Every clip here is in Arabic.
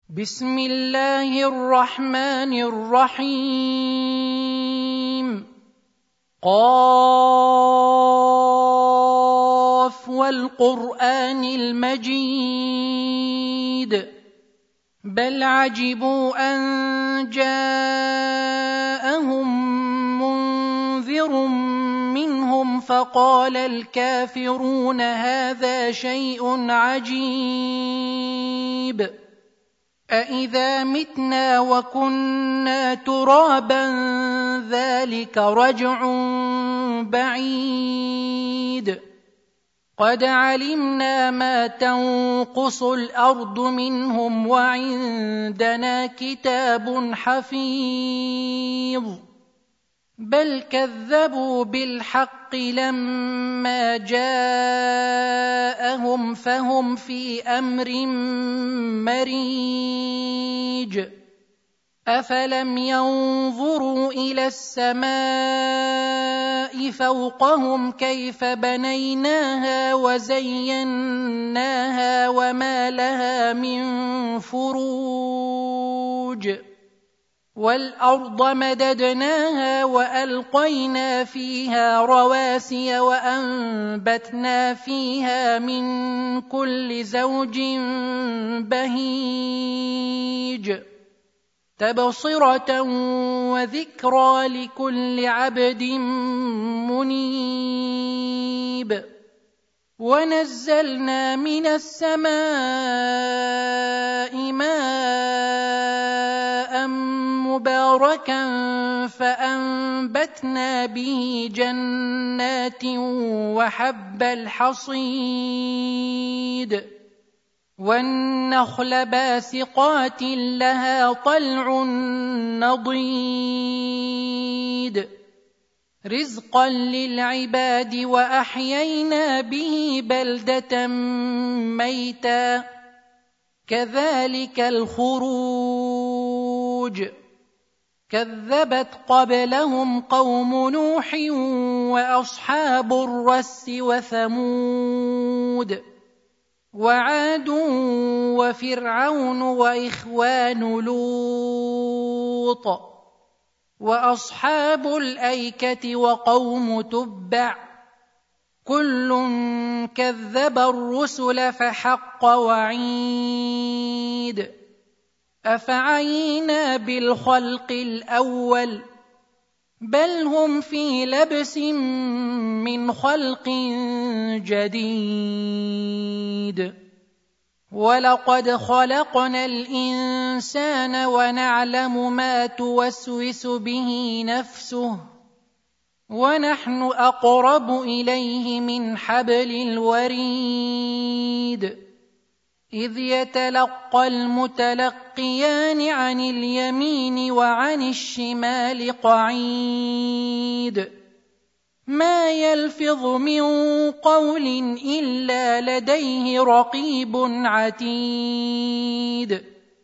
بسم الله الرحمن الرحيم. قاف والقرآن المجيد بل عجبوا أن جاءهم منذر منهم فقال الكافرون هذا شيء عجيب أإذا متنا وكنا ترابا ذلك رجع بعيد قد علمنا ما تنقص الأرض منهم وعندنا كتاب حفيظ بل كذبوا بالحق لما جاءهم فهم في أمر مريج أفلم ينظروا إلى السماء فوقهم كيف بنيناها وزيناها وما لها من فروج والأرض مددناها وألقينا فيها رواسي وأنبتنا فيها من كل زوج بهيج تبصرة وذكرى لكل عبد منيب ونزلنا من السماء ماء مباركا فأنبتنا به جنات وحب الحصيد والنخل باسقات لها طلع نضيد رزقا للعباد وأحيينا به بلدة ميتا كذلك الخروج كذبت قبلهم قوم نوح وأصحاب الرس وثمود وعاد وفرعون وإخوان لوط وأصحاب الأيكة وقوم تبع كل كذب الرسل فحق وعيد أفعينا بالخلق الأول بل هم في لبس من خلق جديد ولقد خلقنا الإنسان ونعلم ما توسوس به نفسه ونحن أقرب إليه من حبل الوريد إذ يتلقى المتلقيان عن اليمين وعن الشمال قعيد ما يلفظ من قول إلا لديه رقيب عتيد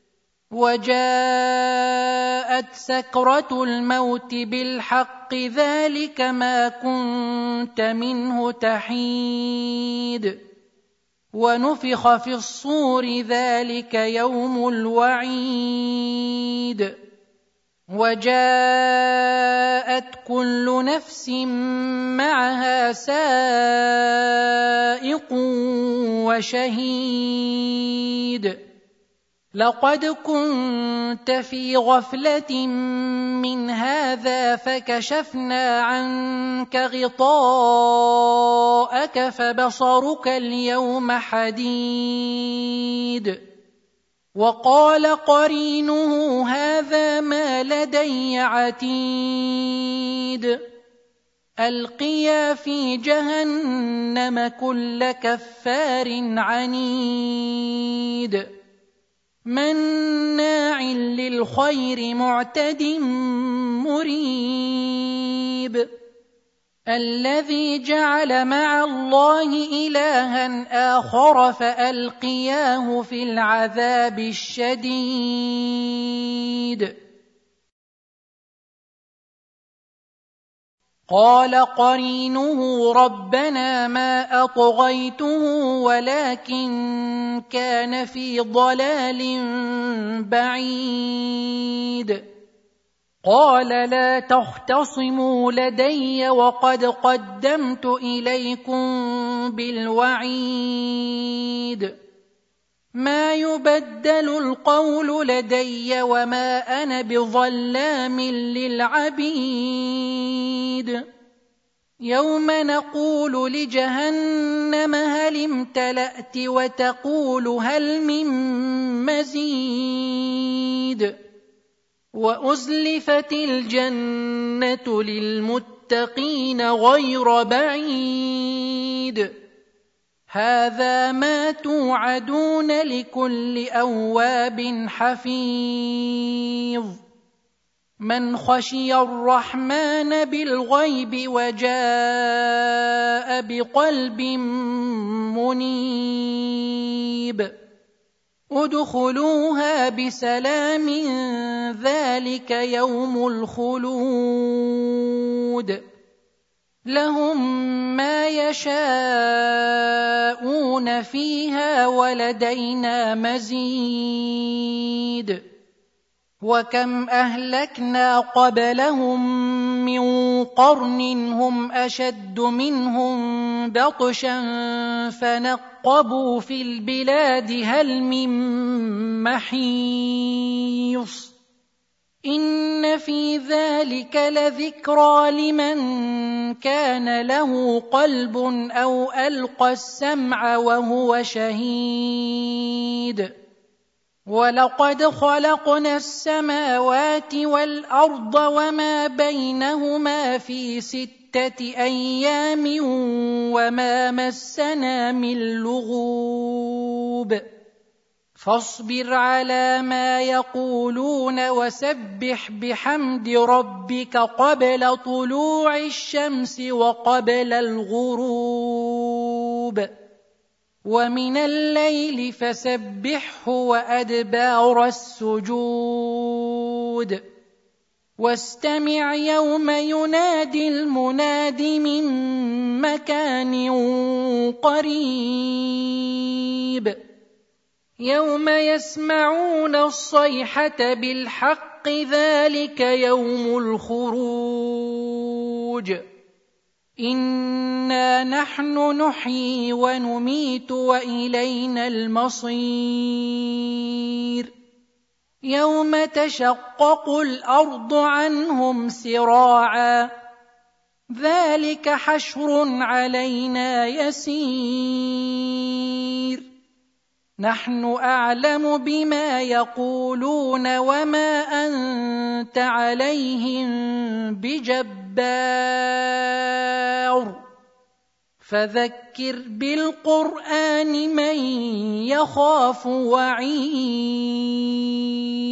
وجاءت سكرة الموت بالحق ذلك ما كنت منه تحيد ونفخ في الصور ذلك يوم الوعيد وجاءت كل نفس معها سائق وشهيد لقد كنت في غفلة من هذا فكشفنا عنك غطاءك فبصرك اليوم حديد وقال قرينه هذا ما لدي عتيد ألقيا في جهنم كل كفار عنيد مناع للخير معتد مريب الذي جعل مع الله إلها آخر فألقياه في العذاب الشديد قال قرينه ربنا ما أطغيته ولكن كان في ضلال بعيد. قال لا تختصموا لدي وقد قدمت إليكم بالوعيد. ما يبدل القول لدي وما أنا بظلام للعبيد. يوم نقول لجهنم هل امتلأت وتقول هل من مزيد. وأزلفت الجنة للمتقين غير بعيد. هذا ما توعدون لكل أواب حفيظ. من خشي الرحمن بالغيب وجاء بقلب منيب. ادخلوها بسلام ذلك يوم الخلود. لهم ما يشاءون فيها ولدينا مزيد. وكم أهلكنا قبلهم من قرن هم أشد منهم بطشا فنقبوا في البلاد هل من محيص. إن في ذلك لذكرى لمن كان له قلب أو ألقى السمع وهو شهيد. ولقد خلقنا السماوات والأرض وما بينهما في 6 أيام وما مسنا من لغوب. فاصبر على ما يقولون وسبح بحمد ربك قبل طلوع الشمس وقبل الغروب. ومن الليل فسبحه وأدبار السجود. واستمع يوم ينادي المناد من مكان قريب. يوم يسمعون الصيحة بالحق ذلك يوم الخروج. إنا نحن نحيي ونميت وإلينا المصير. يوم تشقق الأرض عنهم سراعا. ذلك حشر علينا يسير. نحن أعلم بما يقولون وما أنت عليهم بجبار. فذكر بالقرآن من يخاف وعيد.